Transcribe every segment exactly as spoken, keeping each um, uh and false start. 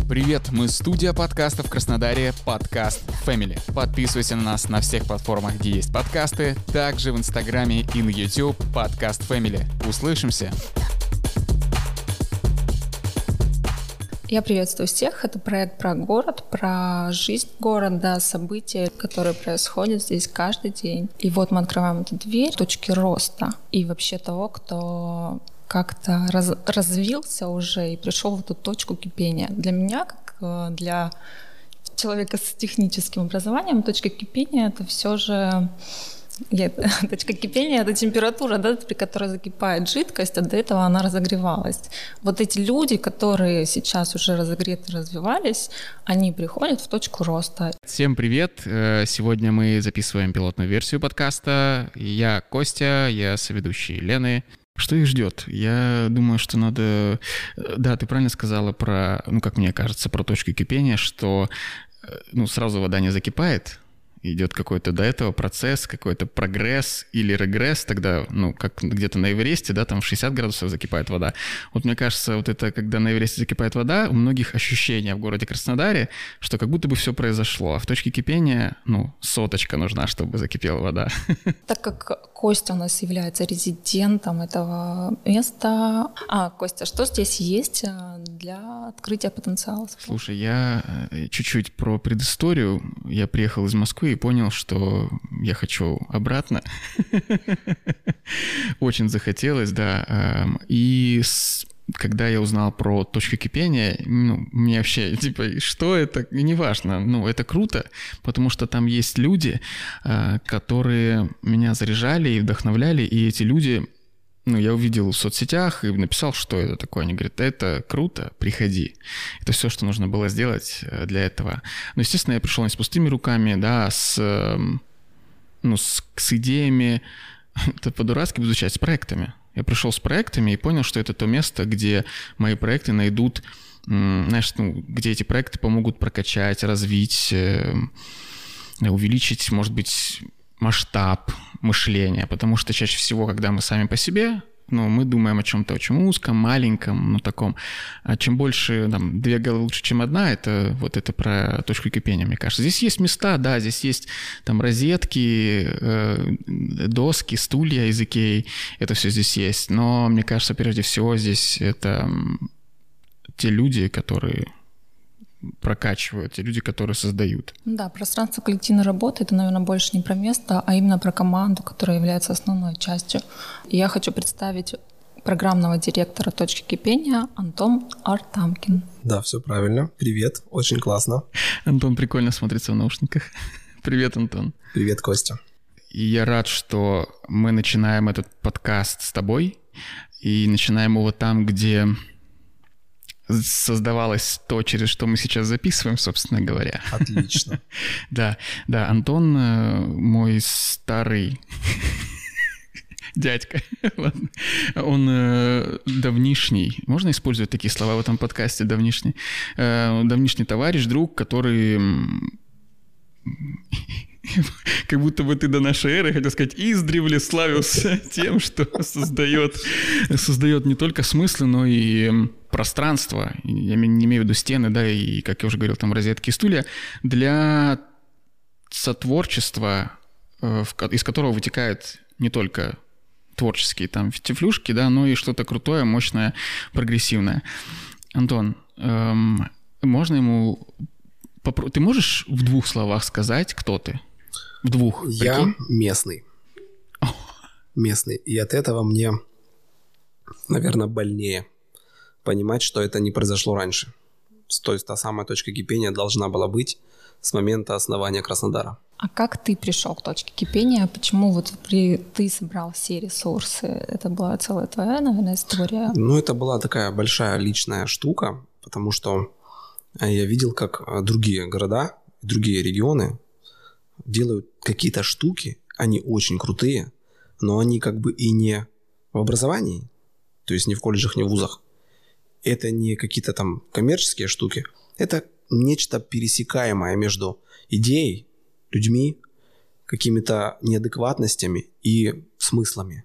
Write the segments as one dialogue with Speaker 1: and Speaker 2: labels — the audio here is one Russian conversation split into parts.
Speaker 1: Привет, мы студия подкаста в Краснодаре «Подкаст Family». Подписывайся на нас на всех платформах, где есть подкасты, также в Инстаграме и на YouTube «Подкаст Family». Услышимся!
Speaker 2: Я приветствую всех. Это проект про город, про жизнь города, события, которые происходят здесь каждый день. И вот мы открываем эту дверь точки роста и вообще того, кто как-то раз, развился уже и пришел в эту точку кипения. Для меня, как для человека с техническим образованием, точка кипения — это все же... Нет, точка кипения — это температура, да, при которой закипает жидкость, а до этого она разогревалась. Вот эти люди, которые сейчас уже разогреты, развивались, они приходят в точку роста.
Speaker 1: Всем привет! Сегодня мы записываем пилотную версию подкаста. Я Костя, я соведущий Лены. Что их ждет? Я думаю, что надо... Да, ты правильно сказала про, ну, как мне кажется, про точку кипения, что ну, сразу вода не закипает, идет какой-то до этого процесс, какой-то прогресс или регресс, тогда, ну, как где-то на Эвересте, да, там в шестьдесят градусов закипает вода. Вот мне кажется, вот это, когда на Эвересте закипает вода, у многих ощущения в городе Краснодаре, что как будто бы все произошло, а в точке кипения, ну, соточка нужна, чтобы закипела вода.
Speaker 2: Так как Костя у нас является резидентом этого места... А, Костя, что здесь есть для открытия потенциала?
Speaker 1: Слушай, я чуть-чуть про предысторию. Я приехал из Москвы и понял, что я хочу обратно. Очень захотелось, да. И когда я узнал про точку кипения, ну, мне вообще, типа, что это? Неважно. Ну, это круто, потому что там есть люди, которые меня заряжали и вдохновляли, и эти люди... Ну, я увидел в соцсетях и написал, что это такое. Они говорят, это круто, приходи. Это все, что нужно было сделать для этого. Ну, естественно, я пришел не с пустыми руками, да, с, ну, с, с идеями, это по-дурацки звучать, с проектами. Я пришел с проектами и понял, что это то место, где мои проекты найдут, знаешь, ну, где эти проекты помогут прокачать, развить, увеличить, может быть, масштаб мышления, потому что чаще всего, когда мы сами по себе, ну, мы думаем о чем-то очень узком, маленьком, ну, таком, а чем больше, там, две головы лучше, чем одна, это вот это про точку кипения, мне кажется. Здесь есть места, да, здесь есть там розетки, э, доски, стулья из Икеи, это все здесь есть, но, мне кажется, прежде всего здесь это те люди, которые... прокачивают, те люди, которые создают.
Speaker 2: Да, пространство коллективной работы — это, наверное, больше не про место, а именно про команду, которая является основной частью. И я хочу представить программного директора точки кипения Антон Артамкин.
Speaker 3: Да, все правильно. Привет, очень классно.
Speaker 1: Антон прикольно смотрится в наушниках. Привет, Антон.
Speaker 3: Привет, Костя.
Speaker 1: И я рад, что мы начинаем этот подкаст с тобой, и начинаем его там, где... создавалось то, через что мы сейчас записываем, собственно говоря.
Speaker 3: Отлично.
Speaker 1: Да, да, Антон мой старый дядька, он давнишний, можно использовать такие слова в этом подкасте, давнишний, давнишний товарищ, друг, который... Как будто бы ты до нашей эры, хотел сказать, издревле славился тем, что создает, создает не только смыслы, но и пространство. Я не имею в виду стены, да, и, как я уже говорил, там розетки и стулья, для сотворчества, из которого вытекает не только творческие там финтифлюшки, да, но и что-то крутое, мощное, прогрессивное. Антон, эм, можно ему... Попро... Ты можешь в двух словах сказать, кто ты? В двух.
Speaker 3: Я
Speaker 1: прикинь?
Speaker 3: местный.
Speaker 1: Oh.
Speaker 3: Местный. И от этого мне, наверное, больнее понимать, что это не произошло раньше. То есть та самая точка кипения должна была быть с момента основания Краснодара.
Speaker 2: А как ты пришел к точке кипения? Почему вот при... ты собрал все ресурсы? Это была целая твоя, наверное, история?
Speaker 3: Ну, это была такая большая личная штука, потому что я видел, как другие города, другие регионы делают какие-то штуки, они очень крутые, но они как бы и не в образовании, то есть не в колледжах, не в вузах. Это не какие-то там коммерческие штуки, это нечто пересекаемое между идеей, людьми, какими-то неадекватностями и смыслами.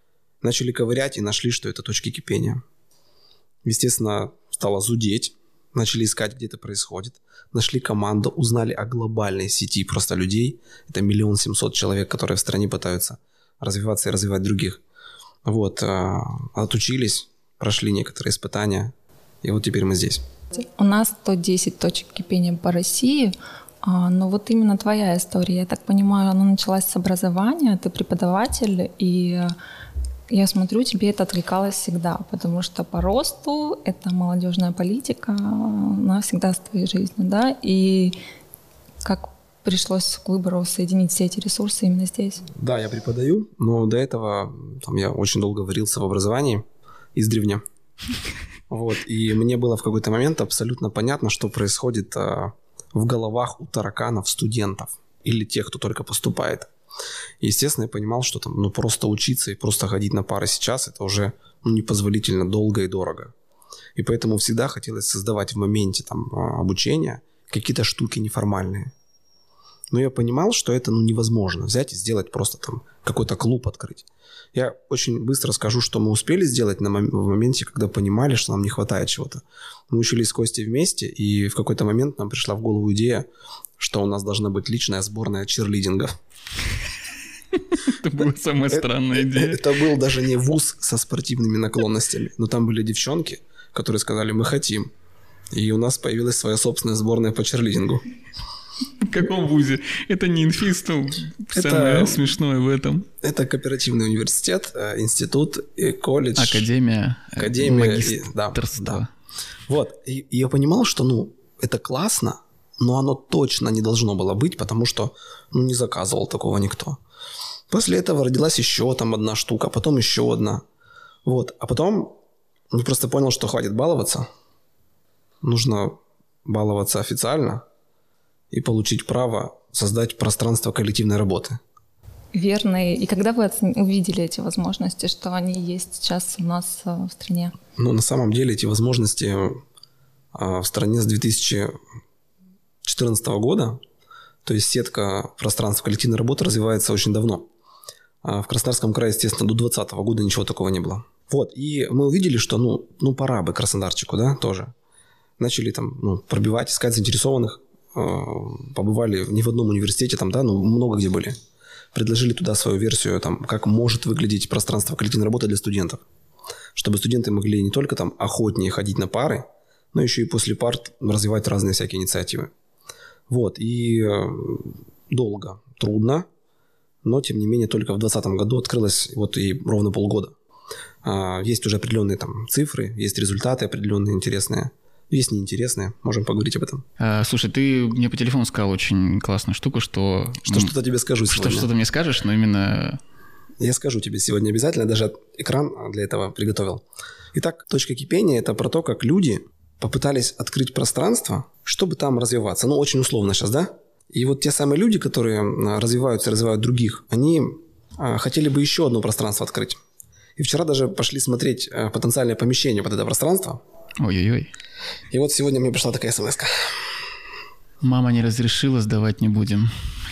Speaker 3: Начали ковырять и нашли, что это точки кипения. Естественно, стало зудеть, начали искать, где это происходит, нашли команду, узнали о глобальной сети просто людей. Это миллион семьсот человек, которые в стране пытаются развиваться и развивать других. Вот, отучились, прошли некоторые испытания, и вот теперь мы здесь.
Speaker 2: У нас сто десять точек кипения по России, но вот именно твоя история, я так понимаю, она началась с образования, ты преподаватель, и я смотрю, тебе это откликалось всегда, потому что по росту это молодежная политика, она всегда с твоей жизнью, да, и как пришлось к выбору соединить все эти ресурсы именно здесь?
Speaker 3: Да, я преподаю, но до этого там, я очень долго варился в образовании, издревле. Вот, и мне было в какой-то момент абсолютно понятно, что происходит а, в головах у тараканов студентов или тех, кто только поступает. И, естественно, я понимал, что там, ну, просто учиться и просто ходить на пары сейчас это уже ну, непозволительно долго и дорого. И поэтому всегда хотелось создавать в моменте там, обучения какие-то штуки неформальные. Но я понимал, что это ну, невозможно взять и сделать просто там какой-то клуб открыть. Я очень быстро скажу, что мы успели сделать на мом- в моменте, когда понимали, что нам не хватает чего-то. Мы учились с Костей вместе, и в какой-то момент нам пришла в голову идея, что у нас должна быть личная сборная чирлидинга.
Speaker 1: Это была самая странная идея.
Speaker 3: Это был даже не вуз со спортивными наклонностями, но там были девчонки, которые сказали, мы хотим. И у нас появилась своя собственная сборная по чирлидингу.
Speaker 1: В каком вузе? Это не инфиз, ну, самое это, смешное в этом.
Speaker 3: Это кооперативный университет, институт, колледж.
Speaker 1: Академия.
Speaker 3: Академия.
Speaker 1: Магистрства.
Speaker 3: Да, да. Вот. И, и я понимал, что, ну, это классно, но оно точно не должно было быть, потому что, ну, не заказывал такого никто. После этого родилась еще там одна штука, потом еще одна. Вот. А потом я просто понял, что хватит баловаться. Нужно баловаться официально и получить право создать пространство коллективной работы.
Speaker 2: Верно. И когда вы увидели эти возможности, что они есть сейчас у нас в стране?
Speaker 3: Ну, на самом деле эти возможности в стране с две тысячи четырнадцатого года, то есть сетка пространств коллективной работы развивается очень давно. В Краснодарском крае, естественно, до двадцатого года ничего такого не было. Вот, и мы увидели, что ну, ну пора бы Краснодарчику, да, тоже. Начали там ну, пробивать, искать заинтересованных. Побывали не в одном университете, там, да, ну, много где были. Предложили туда свою версию, там, как может выглядеть пространство коллективной работы для студентов. Чтобы студенты могли не только там охотнее ходить на пары, но еще и после пар развивать разные всякие инициативы. Вот, и долго, трудно, но, тем не менее, только в двадцатом году открылось вот и ровно полгода. Есть уже определенные там цифры, есть результаты определенные интересные. Есть неинтересные, можем поговорить об этом.
Speaker 1: А, слушай, ты мне по телефону сказал очень классную штуку, что...
Speaker 3: Что что-то тебе скажу сегодня.
Speaker 1: Что что-то мне скажешь, но именно...
Speaker 3: Я скажу тебе сегодня обязательно, даже экран для этого приготовил. Итак, точка кипения – это про то, как люди попытались открыть пространство, чтобы там развиваться. Ну, очень условно сейчас, да? И вот те самые люди, которые развиваются и развивают других, они хотели бы еще одно пространство открыть. И вчера даже пошли смотреть потенциальное помещение под это пространство.
Speaker 1: Ой-ой-ой.
Speaker 3: И вот сегодня мне пришла такая смс-ка.
Speaker 1: Мама не разрешила, сдавать не будем.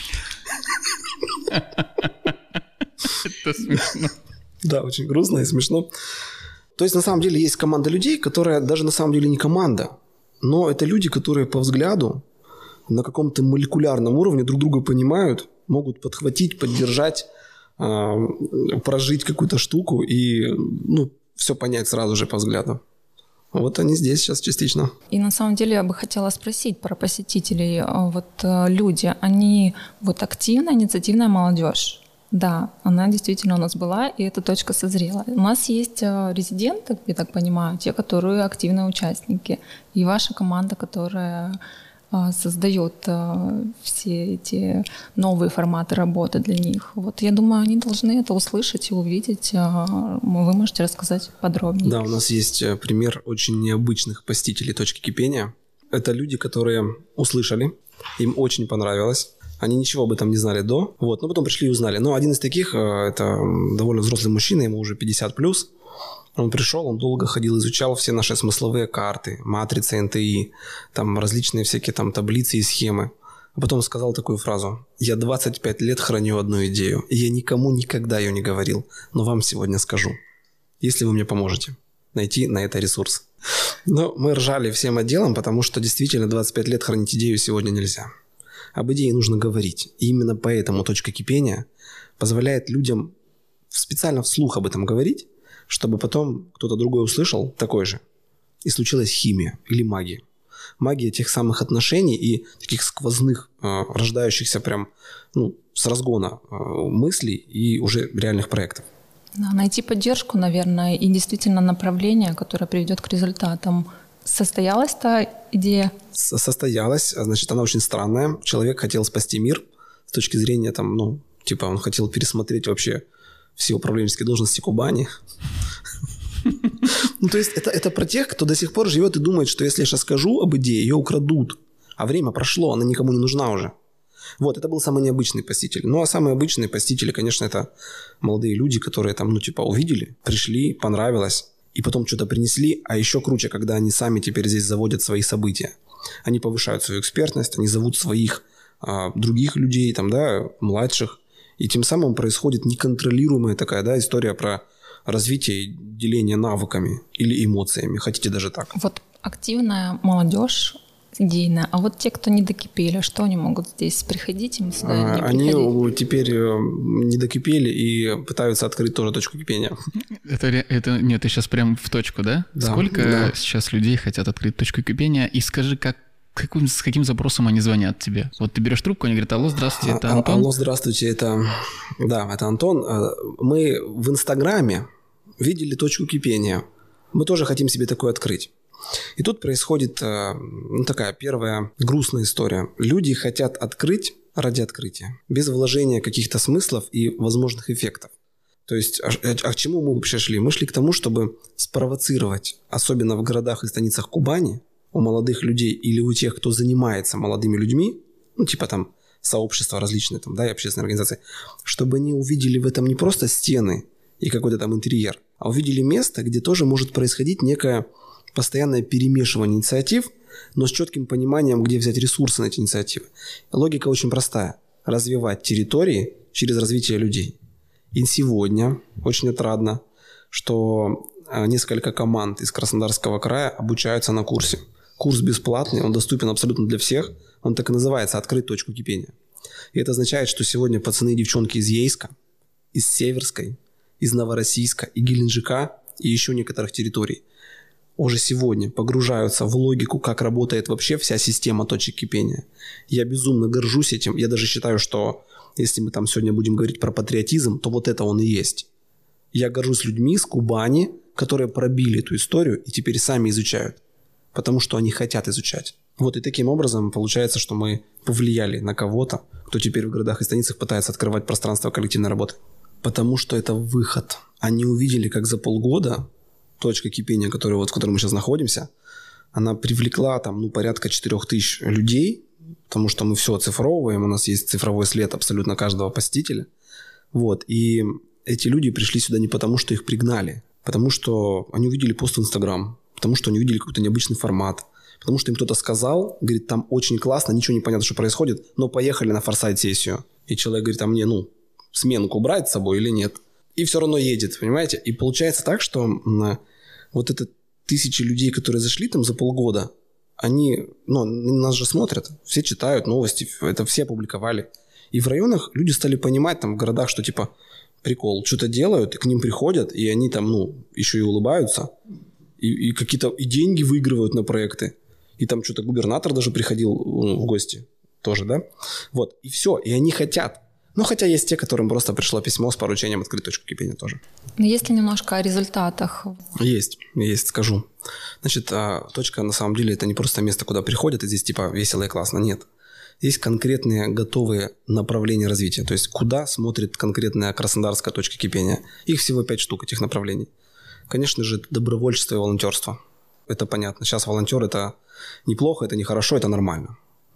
Speaker 1: Это смешно.
Speaker 3: Да, очень грустно и смешно. То есть, на самом деле, есть команда людей, которая даже на самом деле не команда, но это люди, которые по взгляду на каком-то молекулярном уровне друг друга понимают, могут подхватить, поддержать, прожить какую-то штуку и ну, все понять сразу же по взгляду. Вот они здесь сейчас частично.
Speaker 2: И на самом деле я бы хотела спросить про посетителей. Вот люди, они вот активная, инициативная молодежь. Да, она действительно у нас была, и эта точка созрела. У нас есть резиденты, я так понимаю, те, которые активные участники. И ваша команда, которая создает все эти новые форматы работы для них. Вот я думаю, они должны это услышать и увидеть. Вы можете рассказать подробнее.
Speaker 3: Да, у нас есть пример очень необычных посетителей точки кипения. Это люди, которые услышали, им очень понравилось. Они ничего об этом не знали до, вот, но потом пришли и узнали. Но один из таких, это довольно взрослый мужчина, ему уже пятьдесят плюс. Он пришел, он долго ходил, изучал все наши смысловые карты, матрицы эн тэ и, там различные всякие там таблицы и схемы. А потом сказал такую фразу: «Я двадцать пять лет храню одну идею, и я никому никогда ее не говорил, но вам сегодня скажу, если вы мне поможете». найти на это ресурс. Но мы ржали всем отделом, потому что действительно двадцать пять лет хранить идею сегодня нельзя. Об идее нужно говорить. И именно поэтому точка кипения позволяет людям специально вслух об этом говорить, чтобы потом кто-то другой услышал такой же. И случилась химия или магия. Магия тех самых отношений и таких сквозных, э, рождающихся прям ну, с разгона э, мыслей и уже реальных проектов.
Speaker 2: Да, найти поддержку, наверное, и действительно направление, которое приведет к результатам. Состоялась та идея?
Speaker 3: Состоялась. Значит, она очень странная. Человек хотел спасти мир с точки зрения, там, ну, типа, он хотел пересмотреть вообще все управленческие должности Кубани. Ну, то есть, это, это про тех, кто до сих пор живет и думает, что если я сейчас скажу об идее, ее украдут. А время прошло, она никому не нужна уже. Вот, это был самый необычный посетитель. Ну, а самые обычные посетители, конечно, это молодые люди, которые там, ну, типа, увидели, пришли, понравилось, и потом что-то принесли. А еще круче, когда они сами теперь здесь заводят свои события. Они повышают свою экспертность, они зовут своих а, других людей, там, да, младших. И тем самым происходит неконтролируемая такая, да, история про развитие и деление навыками или эмоциями. Хотите даже так.
Speaker 2: Вот активная молодежь идейная, а вот те, кто не докипели, что они могут здесь приходить им сюда?
Speaker 3: А, они теперь не докипели и пытаются открыть тоже точку кипения.
Speaker 1: Это, это нет, ты сейчас прям в точку, да?
Speaker 3: Да.
Speaker 1: Сколько
Speaker 3: Да.
Speaker 1: сейчас людей хотят открыть точку кипения? И скажи, как Каким, с каким запросом они звонят тебе? Вот ты берешь трубку, они говорят: алло, здравствуйте, это Антон?
Speaker 3: Алло, здравствуйте, это... Да, это Антон. Мы в Инстаграме видели точку кипения. Мы тоже хотим себе такое открыть. И тут происходит ну, такая первая грустная история. Люди хотят открыть ради открытия, без вложения каких-то смыслов и возможных эффектов. То есть, а, а к чему мы вообще шли? Мы шли к тому, чтобы спровоцировать, особенно в городах и станицах Кубани, у молодых людей или у тех, кто занимается молодыми людьми, ну, типа там сообщества различные, там, да, и общественные организации, чтобы они увидели в этом не просто стены и какой-то там интерьер, а увидели место, где тоже может происходить некое постоянное перемешивание инициатив, но с четким пониманием, где взять ресурсы на эти инициативы. Логика очень простая. Развивать территории через развитие людей. И сегодня очень отрадно, что несколько команд из Краснодарского края обучаются на курсе. Курс бесплатный, он доступен абсолютно для всех. Он так и называется «Открыть точку кипения». И это означает, что сегодня пацаны и девчонки из Ейска, из Северской, из Новороссийска и Геленджика и еще некоторых территорий уже сегодня погружаются в логику, как работает вообще вся система точек кипения. Я безумно горжусь этим. Я даже считаю, что если мы там сегодня будем говорить про патриотизм, то вот это он и есть. Я горжусь людьми с Кубани, которые пробили эту историю и теперь сами изучают. Потому что они хотят изучать. Вот и таким образом получается, что мы повлияли на кого-то, кто теперь в городах и станицах пытается открывать пространство коллективной работы. Потому что это выход. Они увидели, как за полгода точка кипения, которая, вот, в которой мы сейчас находимся, она привлекла там, ну, порядка четырех тысяч людей, потому что мы все оцифровываем, у нас есть цифровой след абсолютно каждого посетителя. Вот. И эти люди пришли сюда не потому, что их пригнали, потому что они увидели пост в Инстаграм, потому что они увидели какой-то необычный формат, потому что им кто-то сказал, говорит, там очень классно, ничего не понятно, что происходит, но поехали на форсайт-сессию. И человек говорит, а мне, ну, сменку брать с собой или нет? И все равно едет, понимаете? И получается так, что вот это тысячи людей, которые зашли там за полгода, они, ну, нас же смотрят, все читают новости, это все опубликовали. И в районах люди стали понимать, там, в городах, что типа прикол, что-то делают, и к ним приходят, и они там, ну, еще и улыбаются, и, и какие-то и деньги выигрывают на проекты. И там что-то губернатор даже приходил ну, в гости тоже, да? Вот, и все, и они хотят. Ну, хотя есть те, которым просто пришло письмо с поручением открыть точку кипения тоже.
Speaker 2: Но есть ли немножко о результатах?
Speaker 3: Есть, есть, скажу. Значит, точка на самом деле это не просто место, куда приходят, и здесь типа весело и классно, нет. Есть конкретные готовые направления развития, то есть куда смотрит конкретная краснодарская точка кипения. Их всего пять штук, этих направлений. Конечно же, это добровольчество и волонтерство. Это понятно. Сейчас волонтер – это неплохо, это нехорошо, это нормально.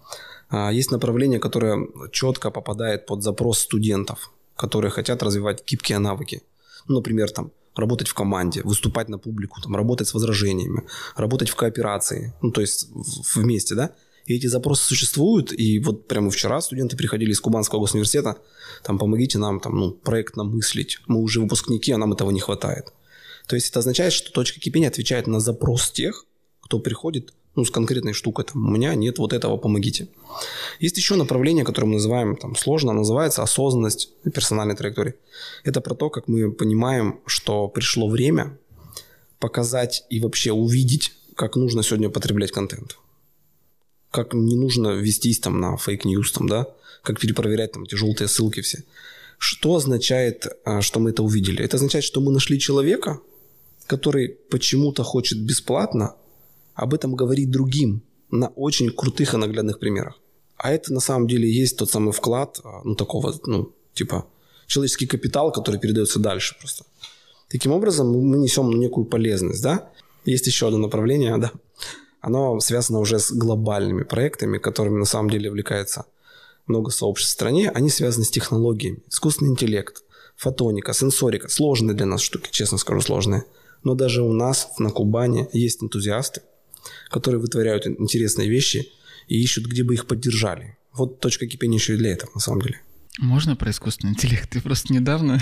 Speaker 3: Есть направление, которое четко попадает под запрос студентов, которые хотят развивать гибкие навыки. Ну, например, там, работать в команде, выступать на публику, там, работать с возражениями, работать в кооперации, ну, то есть вместе, да. И эти запросы существуют, и вот прямо вчера студенты приходили из Кубанского госуниверситета, там, помогите нам, там, ну, проектно мыслить, мы уже выпускники, а нам этого не хватает. То есть это означает, что точка кипения отвечает на запрос тех, кто приходит ну, с конкретной штукой. Там, у меня нет вот этого, помогите. Есть еще направление, которое мы называем там, сложно, называется осознанность персональной траектории. Это про то, как мы понимаем, что пришло время показать и вообще увидеть, как нужно сегодня потреблять контент. Как не нужно вестись там на фейк-ньюс, там, да? Как перепроверять там эти желтые ссылки все. Что означает, что мы это увидели? Это означает, что мы нашли человека, который почему-то хочет бесплатно об этом говорить другим на очень крутых и наглядных примерах. А это на самом деле есть тот самый вклад, ну, такого, ну, типа, человеческий капитал, который передается дальше просто. Таким образом, мы несем некую полезность, да? Есть еще одно направление, да? Оно связано уже с глобальными проектами, которыми на самом деле увлекается много сообществ в стране. Они связаны с технологиями. Искусственный интеллект, фотоника, сенсорика. Сложные для нас штуки, честно скажу, сложные. Но даже у нас на Кубани есть энтузиасты, которые вытворяют интересные вещи и ищут, где бы их поддержали. Вот точка кипения еще и для этого, на самом деле.
Speaker 1: Можно про искусственный интеллект? Ты просто недавно...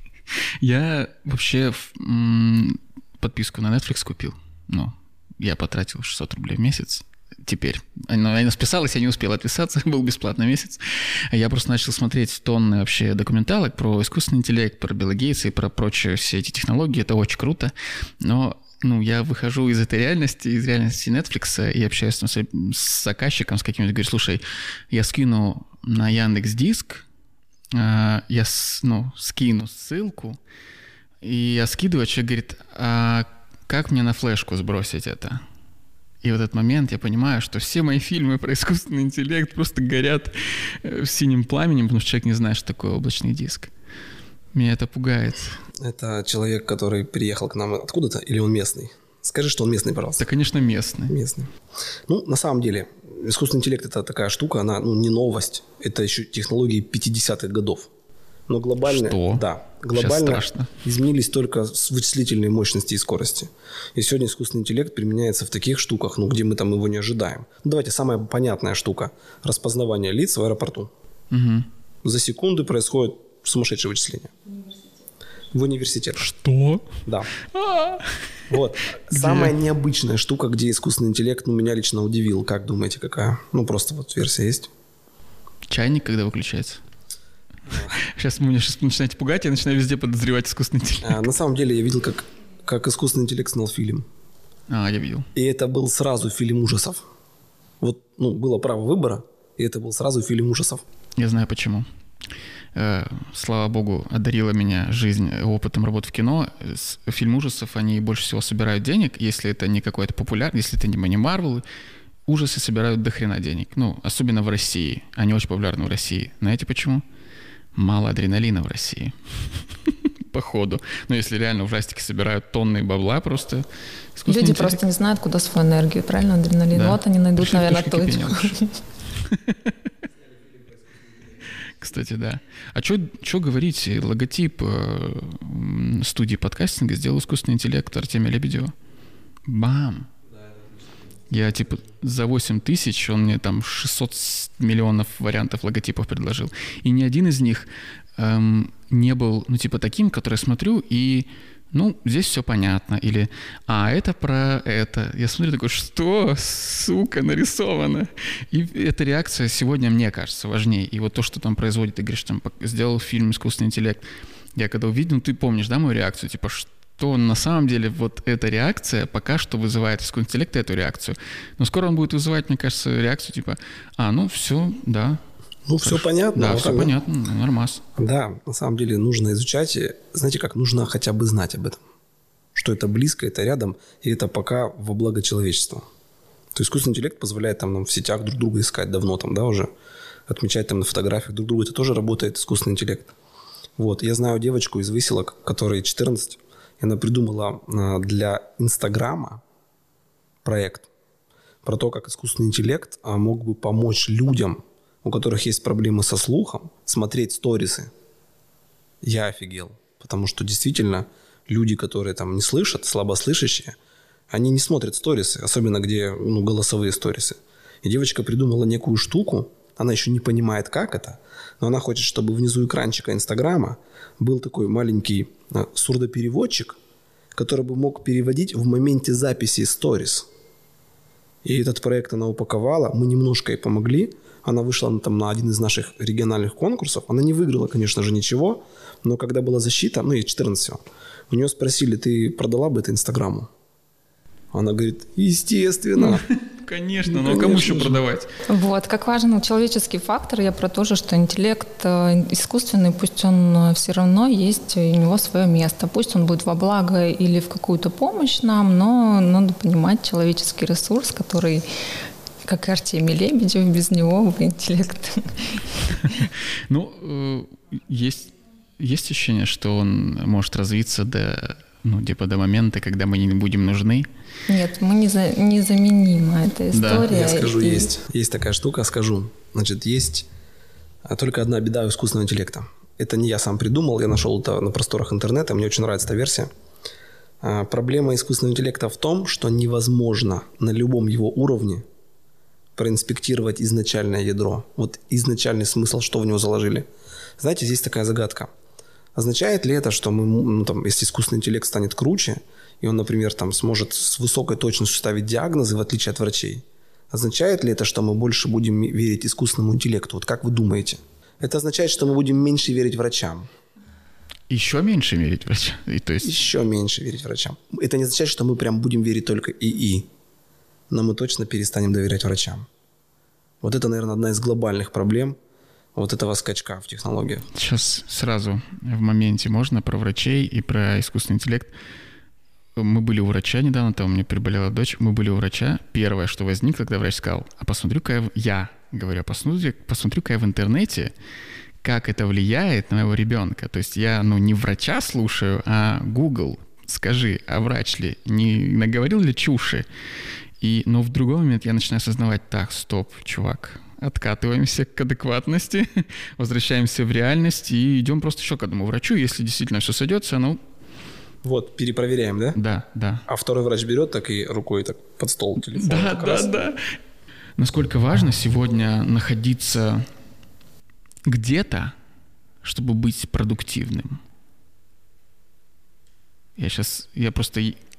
Speaker 1: Я вообще подписку на Netflix купил. Ну, я потратил шестьсот рублей в месяц. Теперь. Но она списалась, я не успел отписаться, был бесплатный месяц. Я просто начал смотреть тонны вообще документалок про искусственный интеллект, про Билла Гейтса и про прочие все эти технологии. Это очень круто. Но ну, я выхожу из этой реальности, из реальности Netflix и общаюсь там, с, с заказчиком, с каким-нибудь, говорю, слушай, я скину на Яндекс.Диск, э, я ну, скину ссылку, и я скидываю, человек говорит, а как мне на флешку сбросить это? И в этот момент я понимаю, что все мои фильмы про искусственный интеллект просто горят синим пламенем, потому что человек не знает, что такое облачный диск. Меня это пугает.
Speaker 3: Это человек, который приехал к нам откуда-то, или он местный? Скажи, что он местный, пожалуйста.
Speaker 1: Да, конечно, местный.
Speaker 3: Местный. Ну, на самом деле, искусственный интеллект – это такая штука, она ну, не новость. Это еще технологии пятидесятых годов. Но глобально,
Speaker 1: что?
Speaker 3: Да, глобально изменились только вычислительные мощности и скорости. И сегодня искусственный интеллект применяется в таких штуках, ну, где мы там его не ожидаем. Ну, давайте, самая понятная штука – распознавание лиц в аэропорту.
Speaker 1: Угу.
Speaker 3: За секунды происходит сумасшедшее вычисление. В университете.
Speaker 1: Что?
Speaker 3: Да. Вот. Самая необычная штука, где искусственный интеллект, ну, меня лично удивил. Как думаете, какая? Ну, просто вот версия есть.
Speaker 1: Чайник, когда выключается? Сейчас вы меня сейчас начинаете пугать, я начинаю везде подозревать искусственный интеллект.
Speaker 3: А, на самом деле я видел, как, как искусственный интеллект снял фильм.
Speaker 1: А, я видел.
Speaker 3: И это был сразу фильм ужасов. Вот, ну, было право выбора, и это был сразу фильм ужасов.
Speaker 1: Я знаю почему. Слава богу, одарила меня жизнь опытом работы в кино. Фильм ужасов, они больше всего собирают денег, если это не какой-то популярный, если это не Марвел. Ужасы собирают до хрена денег. Ну, особенно в России. Они очень популярны в России. Знаете почему? Мало адреналина в России. Походу. Но если реально ужастики собирают тонны бабла просто...
Speaker 2: Люди интеллект... просто не знают, куда свою энергию, правильно, адреналин? Да. Вот они найдут, Пришли наверное, точку. Кстати, да. А что говорить? Логотип э, студии подкастинга сделал искусственный интеллект Артемия Лебедева. Бам! Я типа за восемь тысяч, он мне там шестьсот миллионов вариантов логотипов предложил. И ни один из них эм, не был, ну, типа таким, который я смотрю и... Ну, здесь все понятно. Или, а, это про это. Я смотрю, такой, что, сука, нарисовано? И эта реакция сегодня, мне кажется, важнее. И вот то, что там производит, ты говоришь, там, сделал фильм «Искусственный интеллект». Я когда увидел, ты помнишь, да, мою реакцию? Типа, что на самом деле вот эта реакция пока что вызывает искусственный интеллект эту реакцию. Но скоро он будет вызывать, мне кажется, реакцию типа, а, ну, все, да.
Speaker 3: Ну, все понятно.
Speaker 1: Да,
Speaker 3: вот
Speaker 1: все
Speaker 3: тогда.
Speaker 1: понятно, нормас.
Speaker 3: Да, на самом деле нужно изучать. Знаете как, нужно хотя бы знать об этом. Что это близко, это рядом, и это пока во благо человечества. То есть искусственный интеллект позволяет там, нам в сетях друг друга искать давно там, да, уже. Отмечать там на фотографиях друг друга. Это тоже работает искусственный интеллект. Вот, я знаю девочку из Выселок, которой четырнадцать, и она придумала для Инстаграма проект про то, как искусственный интеллект мог бы помочь людям, у которых есть проблемы со слухом, смотреть сторисы. Я офигел. Потому что действительно люди, которые там не слышат, слабослышащие, они не смотрят сторисы, особенно где ну, голосовые сторисы. И девочка придумала некую штуку, она еще не понимает, как это, но она хочет, чтобы внизу экранчика Инстаграма был такой маленький сурдопереводчик, который бы мог переводить в моменте записи сторис. И этот проект она упаковала, мы немножко ей помогли. Она вышла там на один из наших региональных конкурсов. Она не выиграла, конечно же, ничего, но когда была защита, ну, ей четырнадцать всего, у нее спросили, ты продала бы это Инстаграму? Она говорит, естественно.
Speaker 1: Конечно, но кому еще продавать?
Speaker 2: Вот, как важен человеческий фактор, я про то же, что интеллект искусственный, пусть он все равно есть, у него свое место. Пусть он будет во благо или в какую-то помощь нам, но надо понимать человеческий ресурс, который, как и Артемий Лебедев, без него бы интеллект.
Speaker 1: Ну, есть, есть ощущение, что он может развиться до... Ну, типа до момента, когда мы не будем нужны.
Speaker 2: Нет, мы не за, незаменимы, эта история.
Speaker 3: Да, я скажу,
Speaker 2: и...
Speaker 3: есть. Есть такая штука, скажу. Значит, есть только одна беда у искусственного интеллекта. Это не я сам придумал, я нашел это на просторах интернета, мне очень нравится эта версия. А, проблема искусственного интеллекта в том, что невозможно на любом его уровне проинспектировать изначальное ядро. Вот изначальный смысл, что в него заложили. Знаете, здесь такая загадка. Означает ли это, что мы, ну, там, если искусственный интеллект станет круче, и он, например, там, сможет с высокой точностью ставить диагнозы, в отличие от врачей, означает ли это, что мы больше будем верить искусственному интеллекту? Вот как вы думаете? Это означает, что мы будем меньше верить врачам.
Speaker 1: Еще меньше верить врачам? И, то есть...
Speaker 3: Еще меньше верить врачам. Это не означает, что мы прям будем верить только ИИ, но мы точно перестанем доверять врачам. Вот это, наверное, одна из глобальных проблем вот этого скачка в технологиях.
Speaker 1: Сейчас сразу в моменте можно про врачей и про искусственный интеллект. Мы были у врача недавно, там у меня приболела дочь, мы были у врача. Первое, что возникло, когда врач сказал, а посмотрю-ка я, я говорю, посмотрю, посмотрю-ка я в интернете, как это влияет на моего ребенка. То есть я, ну, не врача слушаю, а Google. Скажи, а врач ли? Не наговорил ли чуши? И, но в другой момент я начинаю осознавать, так, стоп, чувак, откатываемся к адекватности, возвращаемся в реальность и идем просто еще к одному врачу. Если действительно все сойдется, ну...
Speaker 3: Вот, перепроверяем, да?
Speaker 1: Да, да.
Speaker 3: А второй врач берет так и рукой так под стол телефон.
Speaker 1: Да, да, раз. да. Насколько важно сегодня находиться где-то, чтобы быть продуктивным. Я сейчас, я просто...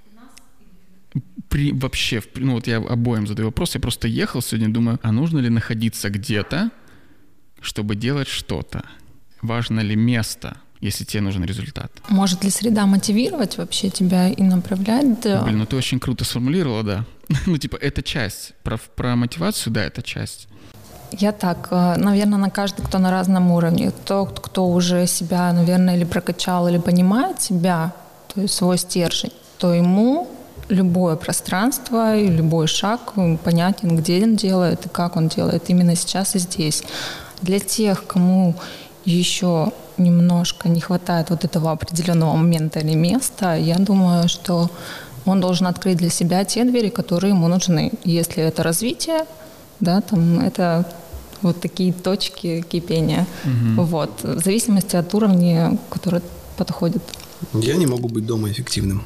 Speaker 1: При, вообще, ну вот я обоим задаю вопрос, я просто ехал сегодня, думаю, а нужно ли находиться где-то, чтобы делать что-то? Важно ли место, если тебе нужен результат?
Speaker 2: Может ли среда мотивировать вообще тебя и направлять? Да.
Speaker 1: Блин, ну ты очень круто сформулировала, да. Ну типа это часть, про, про мотивацию, да, это часть.
Speaker 2: Я так, наверное, на каждый, кто на разном уровне. Тот, кто уже себя, наверное, или прокачал, или понимает себя, то есть свой стержень, то ему... любое пространство и любой шаг понятен, где он делает и как он делает именно сейчас и здесь. Для тех, кому еще немножко не хватает вот этого определенного момента или места, я думаю, что он должен открыть для себя те двери, которые ему нужны. Если это развитие, да, там это вот такие точки кипения. Угу. Вот, в зависимости от уровня, который подходит.
Speaker 3: Я не могу быть дома эффективным.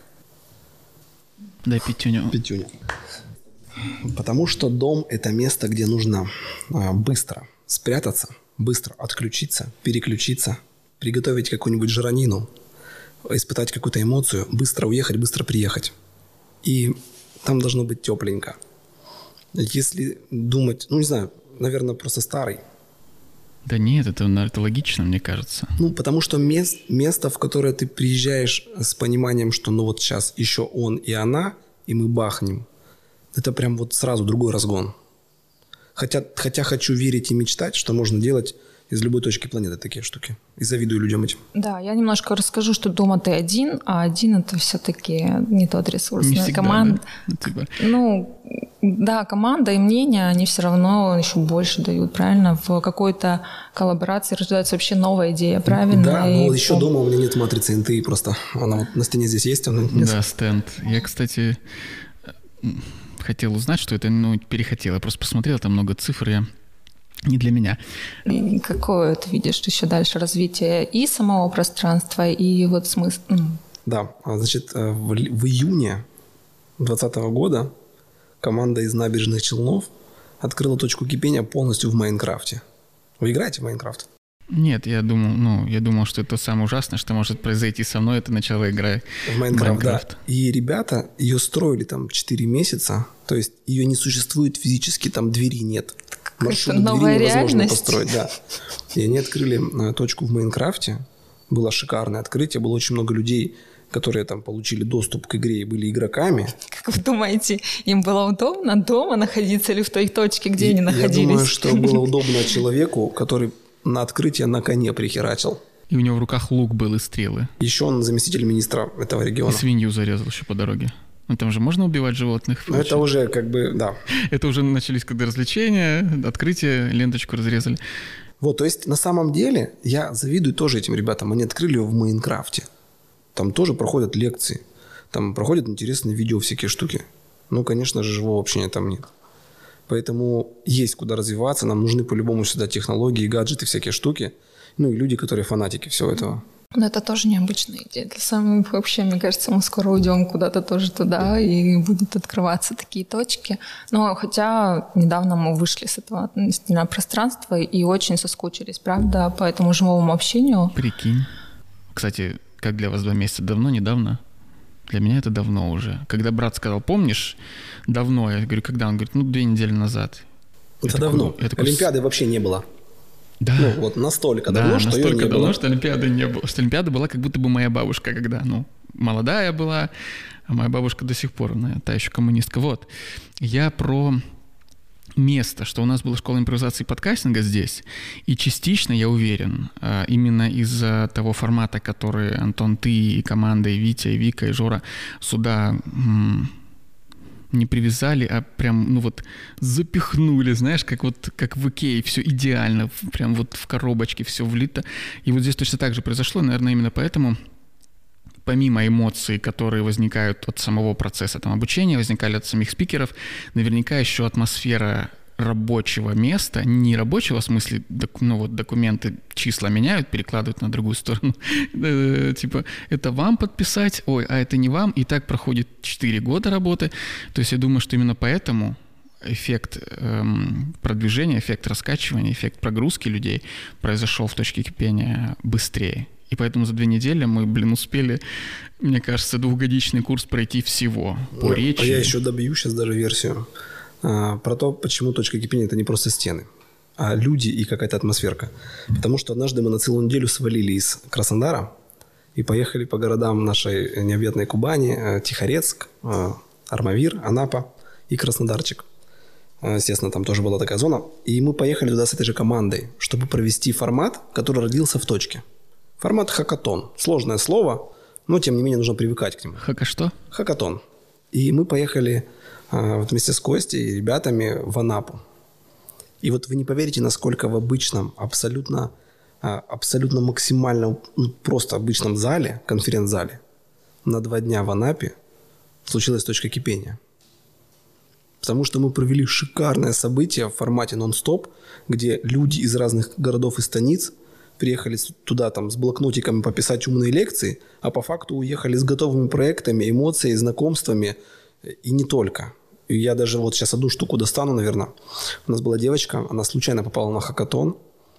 Speaker 1: Дай пятюню.
Speaker 3: Пятюню. Потому что дом – это место, где нужно а, быстро спрятаться, быстро отключиться, переключиться, приготовить какую-нибудь жиранину, испытать какую-то эмоцию, быстро уехать, быстро приехать. И там должно быть тепленько. Если думать, ну не знаю, наверное, просто старый.
Speaker 1: Да нет, это, это логично, мне кажется.
Speaker 3: Ну, потому что мест, место, в которое ты приезжаешь с пониманием, что ну вот сейчас еще он и она, и мы бахнем, это прям вот сразу другой разгон. Хотя, хотя хочу верить и мечтать, что можно делать из любой точки планеты такие штуки. И завидую людям этим.
Speaker 2: Да, я немножко расскажу, что дома ты один, а один это все-таки не тот ресурс.
Speaker 1: Не всегда,
Speaker 2: команда.
Speaker 1: Да? Типа.
Speaker 2: Ну, да, команда и мнение, они все равно еще больше дают, правильно? В какой-то коллаборации рождается вообще новая идея, правильно?
Speaker 3: Да, но
Speaker 2: и
Speaker 3: еще дома у меня нет матрицы эн тэ и просто. Она вот на стене здесь есть. Она нет.
Speaker 1: Да, стенд. Я, кстати, хотел узнать, что это, ну, перехотел. Я просто посмотрел, там много цифр, я... Не для меня.
Speaker 2: И какое ты видишь еще дальше развитие и самого пространства, и вот смысл?
Speaker 3: Да, значит, в, в июне двадцатого года команда из Набережных Челнов открыла точку кипения полностью в Майнкрафте. Вы играете в Майнкрафт?
Speaker 1: Нет, я думал, ну, я думал, что это самое ужасное, что может произойти со мной, это начало игры
Speaker 3: в Майнкрафт, да. И ребята ее строили там четыре месяца, то есть ее не существует физически, там двери нет.
Speaker 2: Маршрут двери невозможно реальность.
Speaker 3: Построить, да. И они открыли точку в Майнкрафте, было шикарное открытие, было очень много людей, которые там получили доступ к игре и были игроками.
Speaker 2: Как вы думаете, им было удобно дома находиться или в той точке, где и, они находились?
Speaker 3: Я думаю, что было удобно человеку, который на открытие на коне прихерачил.
Speaker 1: И у него в руках лук был и стрелы.
Speaker 3: Еще он заместитель министра этого региона.
Speaker 1: И свинью зарезал еще по дороге. Ну, там же можно убивать животных?
Speaker 3: Ну, это уже как бы, да.
Speaker 1: Это уже начались когда развлечения, открытие, ленточку разрезали.
Speaker 3: Вот, то есть на самом деле я завидую тоже этим ребятам. Они открыли его в Майнкрафте. Там тоже проходят лекции. Там проходят интересные видео, всякие штуки. Ну, конечно же, живого общения там нет. Поэтому есть куда развиваться. Нам нужны по-любому сюда технологии, гаджеты, всякие штуки. Ну, и люди, которые фанатики всего этого.
Speaker 2: Но это тоже необычная идея. Для самых вообще, мне кажется, мы скоро уйдем куда-то тоже туда, и будут открываться такие точки. Но хотя недавно мы вышли с этого относительного пространства и очень соскучились, правда, по этому живому общению.
Speaker 1: Прикинь. Кстати, как для вас два месяца? Давно, недавно? Для меня это давно уже. Когда брат сказал, помнишь, давно, я говорю, когда? Он говорит, ну, две недели назад.
Speaker 3: Это я давно. Такой, такой... Олимпиады вообще не было.
Speaker 1: Да.
Speaker 3: Ну, вот настолько давно,
Speaker 1: да,
Speaker 3: что
Speaker 1: настолько
Speaker 3: ее не
Speaker 1: давно,
Speaker 3: было.
Speaker 1: что Олимпиады не было. Что Олимпиада была как будто бы моя бабушка, когда, ну, молодая была, а моя бабушка до сих пор, она, та еще коммунистка. Вот. Я про место, что у нас была школа импровизации и подкастинга здесь, и частично, я уверен, именно из-за того формата, который, Антон, ты и команда, и Витя, и Вика, и Жора сюда м- не привязали, а прям, ну вот, запихнули, знаешь, как вот, как в Икее, все идеально, прям вот в коробочке все влито. И вот здесь точно так же произошло, наверное, именно поэтому, помимо эмоций, которые возникают от самого процесса там, обучения, возникали от самих спикеров, наверняка еще атмосфера рабочего места, не рабочего в смысле, ну вот документы, числа меняют, перекладывают на другую сторону, типа это вам подписать, ой, а это не вам, и так проходит четыре года работы, то есть я думаю, что именно поэтому эффект эм, продвижения, эффект раскачивания, эффект прогрузки людей произошел в точке кипения быстрее. И поэтому за две недели мы, блин, успели, мне кажется, двухгодичный курс пройти всего по речи.
Speaker 3: А я еще добью сейчас даже версию а, про то, почему точка кипения – это не просто стены, а люди и какая-то атмосферка. Потому что однажды мы на целую неделю свалили из Краснодара и поехали по городам нашей необъятной Кубани, Тихорецк, Армавир, Анапа и Краснодарчик. Естественно, там тоже была такая зона. И мы поехали туда с этой же командой, чтобы провести формат, который родился в точке. Формат хакатон. Сложное слово, но тем не менее нужно привыкать к нему.
Speaker 1: Хака что?
Speaker 3: Хакатон. И мы поехали а, вот вместе с Костей и ребятами в Анапу. И вот вы не поверите, насколько в обычном, абсолютно, а, абсолютно максимально, ну, просто обычном зале, конференц-зале, на два дня в Анапе случилась точка кипения. Потому что мы провели шикарное событие в формате нон-стоп, где люди из разных городов и станиц приехали туда там с блокнотиками пописать умные лекции, а по факту уехали с готовыми проектами, эмоциями, знакомствами и не только. И я даже вот сейчас одну штуку достану, наверное. У нас была девочка, она случайно попала на хакатон.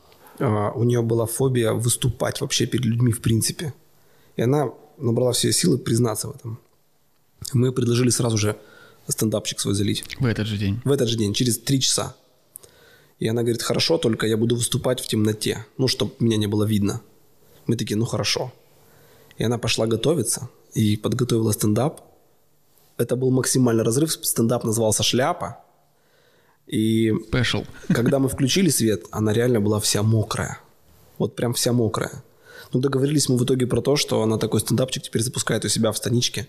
Speaker 3: У нее была фобия выступать вообще перед людьми в принципе. И она набрала все силы признаться в этом. Мы предложили сразу же стендапчик свой залить.
Speaker 1: В этот же день?
Speaker 3: В этот же день, через три часа. И она говорит, хорошо, только я буду выступать в темноте, ну, чтобы меня не было видно. Мы такие, ну, хорошо. И она пошла готовиться и подготовила стендап. Это был максимальный разрыв. Стендап назывался «Шляпа». И
Speaker 1: Special.
Speaker 3: Когда мы включили свет, она реально была вся мокрая. Вот прям вся мокрая. Ну, договорились мы в итоге про то, что она такой стендапчик теперь запускает у себя в станичке.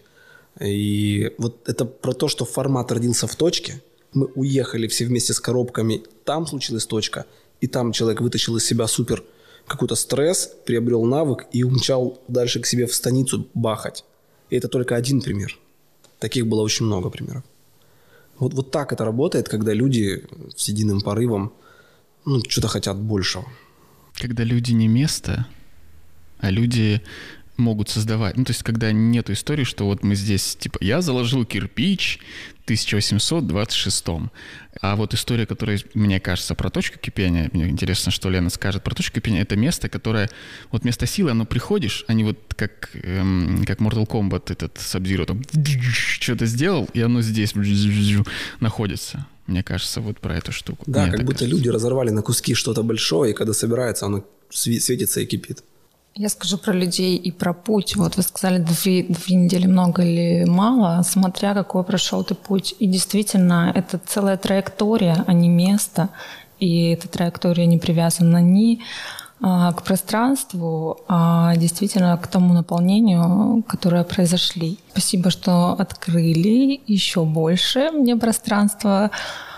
Speaker 3: И вот это про то, что формат родился в точке. Мы уехали все вместе с коробками. Там случилась точка. И там человек вытащил из себя супер какой-то стресс, приобрел навык и умчал дальше к себе в станицу бахать. И это только один пример. Таких было очень много примеров. Вот, вот так это работает, когда люди с единым порывом, ну, что-то хотят большего.
Speaker 1: Когда люди не место, а люди могут создавать. Ну, то есть, когда нету истории, что вот мы здесь, типа, я заложил кирпич в тысяча восемьсот двадцать шестом. А вот история, которая, мне кажется, про точку кипения, мне интересно, что Лена скажет про точку кипения, это место, которое, вот место силы, оно приходишь, они вот как, эм, как Mortal Kombat, этот Sub-Zero, там что-то сделал, и оно здесь находится. Мне кажется, вот про эту штуку.
Speaker 3: Да,
Speaker 1: мне
Speaker 3: как будто
Speaker 1: кажется.
Speaker 3: люди разорвали на куски что-то большое, и когда собирается, оно светится и кипит.
Speaker 2: Я скажу про людей и про путь. Вот вы сказали, две, две недели много или мало, смотря какой прошел ты путь. И действительно, это целая траектория, а не место. И эта траектория не привязана ни а, к пространству, а действительно к тому наполнению, которое произошли. Спасибо, что открыли еще больше мне пространство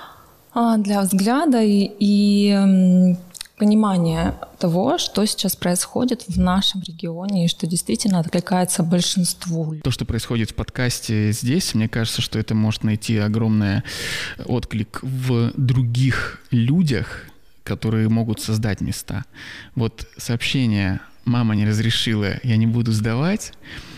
Speaker 2: а, для взгляда и... и понимание того, что сейчас происходит в нашем регионе и что действительно откликается большинству.
Speaker 1: То, что происходит в подкасте здесь, мне кажется, что это может найти огромный отклик в других людях, которые могут создать места. Вот сообщение «мама не разрешила, я не буду сдавать»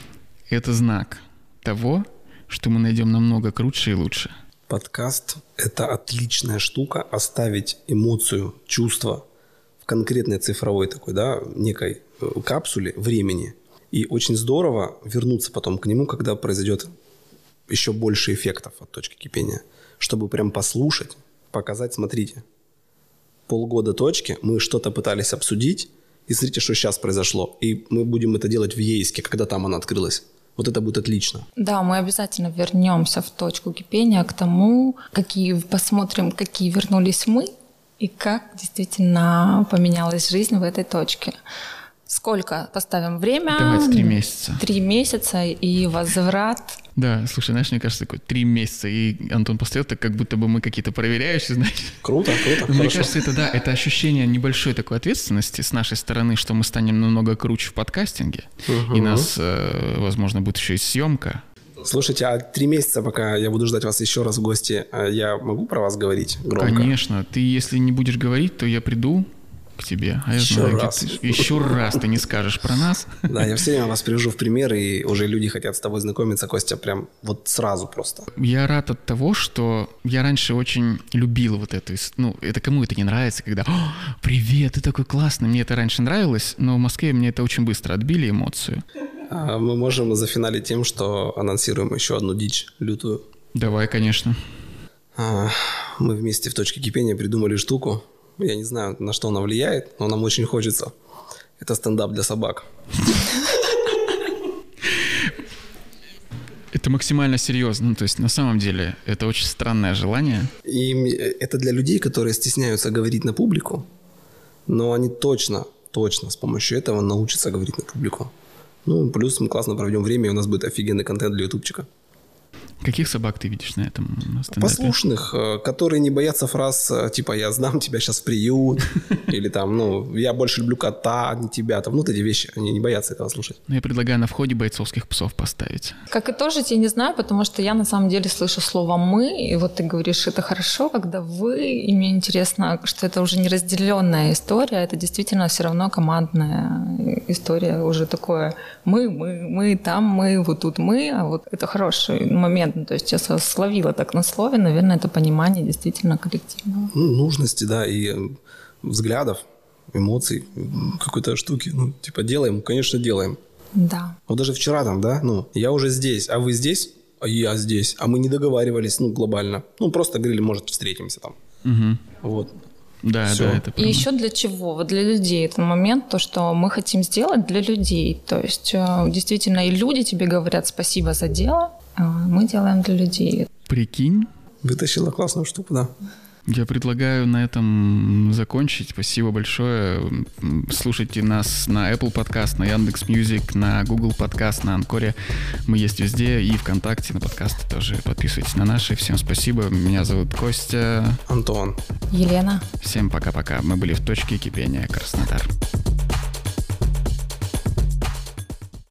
Speaker 1: — это знак того, что мы найдем намного круче и лучше.
Speaker 3: Подкаст – это отличная штука оставить эмоцию, чувство в конкретной цифровой такой, да, некой капсуле времени. И очень здорово вернуться потом к нему, когда произойдет еще больше эффектов от точки кипения. Чтобы прям послушать, показать, смотрите, полгода точки, мы что-то пытались обсудить, и смотрите, что сейчас произошло. И мы будем это делать в Ейске, когда там она открылась. Вот это будет отлично.
Speaker 2: Да, мы обязательно вернемся в точку кипения к тому, какие посмотрим, какие вернулись мы, и как действительно поменялась жизнь в этой точке. Сколько поставим время?
Speaker 1: Давайте три месяца.
Speaker 2: Три месяца и возврат.
Speaker 1: Да, слушай, знаешь, мне кажется, такой три месяца, и Антон поставил так, как будто бы мы какие-то проверяющие, знаешь.
Speaker 3: Круто, круто,
Speaker 1: Мне
Speaker 3: хорошо.
Speaker 1: кажется, это да, это ощущение небольшой такой ответственности с нашей стороны, что мы станем намного круче в подкастинге,
Speaker 3: Угу.
Speaker 1: и нас, э, возможно, будет еще и съемка.
Speaker 3: Слушайте, а три месяца, пока я буду ждать вас еще раз в гости, я могу про вас говорить громко?
Speaker 1: Конечно, ты если не будешь говорить, то я приду к тебе, а я
Speaker 3: Еще
Speaker 1: знаю,
Speaker 3: раз.
Speaker 1: где ты. Еще раз ты не скажешь про нас.
Speaker 3: Да, я все время вас привожу в пример, и уже люди хотят с тобой знакомиться, Костя, прям вот сразу просто.
Speaker 1: Я рад от того, что я раньше очень любил вот эту, ис- ну, это кому это не нравится, когда «О, привет, ты такой классный», мне это раньше нравилось, но в Москве мне это очень быстро отбили эмоцию.
Speaker 3: А мы можем зафиналить тем, что анонсируем еще одну дичь лютую.
Speaker 1: Давай, конечно.
Speaker 3: А, Мы вместе в точке кипения придумали штуку. Я не знаю, на что она влияет, но нам очень хочется. Это стендап для собак.
Speaker 1: Это максимально серьезно, ну, то есть на самом деле это очень странное желание.
Speaker 3: И м- это для людей, которые стесняются говорить на публику, но они точно, точно с помощью этого научатся говорить на публику. Ну, плюс мы классно проведем время, и у нас будет офигенный контент для ютубчика.
Speaker 1: Каких собак ты видишь на этом стендапе?
Speaker 3: Послушных, э, которые не боятся фраз э, типа «я сдам тебя сейчас в приют» или там, ну, «я больше люблю кота, а не тебя». Там, ну, вот эти вещи, они не боятся этого слушать.
Speaker 1: Ну, я предлагаю на входе бойцовских псов поставить.
Speaker 2: Как итожить, я не знаю, потому что я на самом деле слышу слово «мы», и вот ты говоришь, это хорошо, когда вы, и мне интересно, что это уже не разделенная история, это действительно все равно командная история, уже такое «мы, мы, мы, там мы, вот тут мы», а вот это хороший момент. То есть я вас словила так на слове, наверное, это понимание действительно коллективного.
Speaker 3: Ну, нужности, да, и э, взглядов, эмоций, м, какой-то штуки. Ну, типа делаем, конечно, делаем.
Speaker 2: Да.
Speaker 3: Вот даже вчера там, да, ну, я уже здесь, а вы здесь, а я здесь, а мы не договаривались, ну, глобально. Ну, просто говорили, может, встретимся там.
Speaker 1: Угу.
Speaker 3: Вот.
Speaker 1: Да,
Speaker 3: Всё.
Speaker 1: да, это
Speaker 2: И
Speaker 1: правда.
Speaker 2: еще для чего? Вот для людей этот момент, то, что мы хотим сделать для людей. То есть э, действительно и люди тебе говорят спасибо за дело, а мы делаем для людей.
Speaker 1: Прикинь,
Speaker 3: Вытащила классную штуку, да.
Speaker 1: я предлагаю на этом закончить. Спасибо большое. М, Слушайте нас на Apple Podcast, на Яндекс.Мьюзик, на Google Podcast, на Анкоре. Мы есть везде. И ВКонтакте на подкасты тоже. Подписывайтесь на наши. Всем спасибо. Меня зовут Костя.
Speaker 3: Антон.
Speaker 2: Елена.
Speaker 1: Всем пока-пока. Мы были в точке кипения, Краснодар.